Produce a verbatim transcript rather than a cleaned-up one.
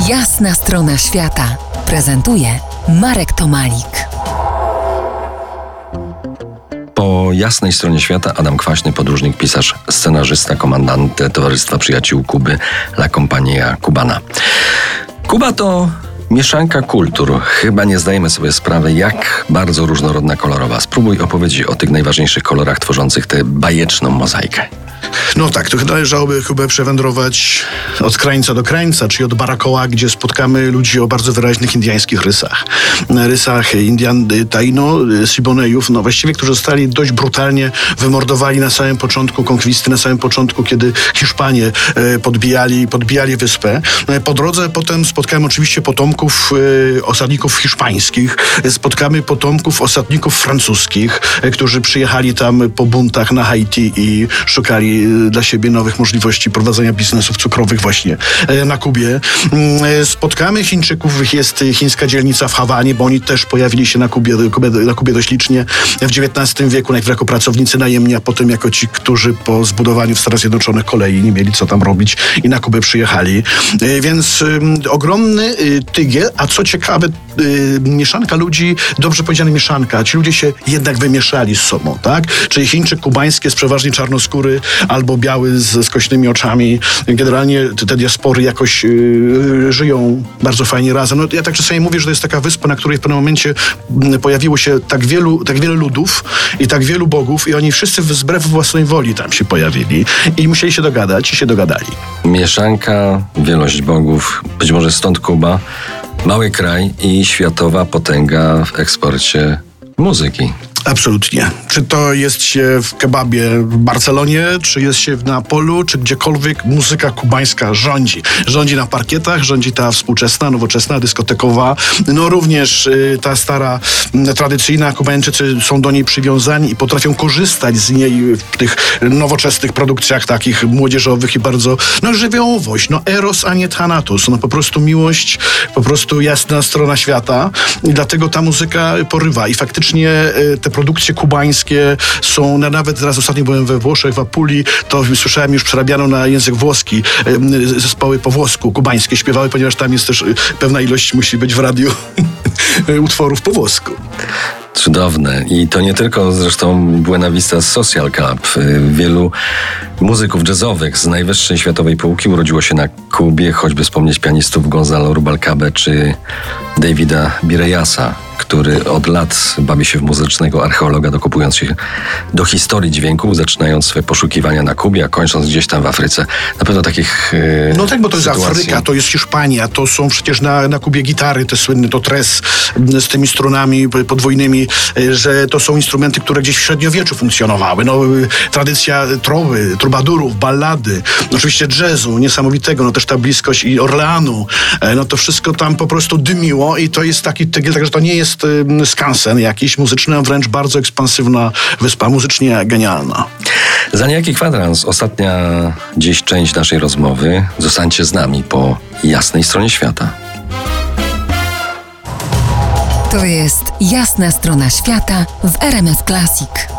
Jasna strona świata prezentuje Marek Tomalik. Po jasnej stronie świata Adam Kwaśny, podróżnik, pisarz, scenarzysta, komandant Towarzystwa Przyjaciół Kuby La Compagnia Cubana. Kuba to mieszanka kultur. Chyba nie zdajemy sobie sprawy, jak bardzo różnorodna, kolorowa. Spróbuj opowiedzieć o tych najważniejszych kolorach tworzących tę bajeczną mozaikę. No tak, tu należałoby Kubę przewędrować od krańca do krańca, czyli od Barakoa, gdzie spotkamy ludzi o bardzo wyraźnych indyjskich rysach. Rysach Indian Taino, Siboneyów, no właściwie, którzy zostali dość brutalnie wymordowani na samym początku konkwisty, na samym początku, kiedy Hiszpanie podbijali, podbijali wyspę. Po drodze potem spotkamy oczywiście potomków osadników hiszpańskich, spotkamy potomków osadników francuskich, którzy przyjechali tam po buntach na Haiti i szukali dla siebie nowych możliwości prowadzenia biznesów cukrowych właśnie na Kubie. Spotkamy Chińczyków, jest chińska dzielnica w Hawanie, bo oni też pojawili się na Kubie, na Kubie dość licznie w dziewiętnastym wieku, najpierw jako pracownicy najemni, a potem jako ci, którzy po zbudowaniu w Stanach Zjednoczonych kolei nie mieli co tam robić i na Kubę przyjechali. Więc ogromny tygiel, a co ciekawe, mieszanka ludzi, dobrze powiedziane mieszanka, ci ludzie się jednak wymieszali z sobą, tak? Czyli Chińczyk kubański jest przeważnie czarnoskóry, albo biały z skośnymi oczami. Generalnie te diaspory jakoś yy, żyją bardzo fajnie razem. No, ja tak czasami mówię, że to jest taka wyspa, na której w pewnym momencie pojawiło się tak wielu, tak wiele ludów i tak wielu bogów i oni wszyscy wbrew własnej woli tam się pojawili i musieli się dogadać i się dogadali. Mieszanka, wielość bogów, być może stąd Kuba, mały kraj i światowa potęga w eksporcie muzyki. Absolutnie. Czy to jest się w kebabie w Barcelonie, czy jest się w Neapolu, czy gdziekolwiek, muzyka kubańska rządzi. Rządzi na parkietach, rządzi ta współczesna, nowoczesna, dyskotekowa. No również y, ta stara, y, tradycyjna. Kubańczycy są do niej przywiązani i potrafią korzystać z niej w tych nowoczesnych produkcjach takich młodzieżowych i bardzo, no żywiołowość, no eros, a nie thanatos. No po prostu miłość, po prostu jasna strona świata i dlatego ta muzyka porywa i faktycznie y, te produkcje kubańskie są, nawet teraz ostatnio byłem we Włoszech, w Apulii, to słyszałem już przerabiano na język włoski, zespoły po włosku kubańskie śpiewały, ponieważ tam jest też pewna ilość, musi być w radiu utworów po włosku. Cudowne. I to nie tylko zresztą Buena Vista Social Club. Wielu muzyków jazzowych z najwyższej światowej półki urodziło się na Kubie, choćby wspomnieć pianistów Gonzalo Rubalcabę czy Davida Bireyasa, który od lat bawi się w muzycznego archeologa, dokopując się do historii dźwięków, zaczynając swoje poszukiwania na Kubie, a kończąc gdzieś tam w Afryce. Na pewno takich e, No tak, bo to sytuacji... jest Afryka, to jest Hiszpania, to są przecież na, na Kubie gitary, te słynne, to tres z tymi strunami podwójnymi, że to są instrumenty, które gdzieś w średniowieczu funkcjonowały. No, tradycja trowy, trubadurów, ballady, oczywiście jazzu niesamowitego, no też ta bliskość i Orleanu, no to wszystko tam po prostu dymiło i to jest taki tygiel, także to nie jest skansen jakiś muzyczny, a wręcz bardzo ekspansywna wyspa, muzycznie genialna. Za niejaki kwadrans, ostatnia dziś część naszej rozmowy. Zostańcie z nami po jasnej stronie świata. To jest Jasna strona świata w R M F Classic.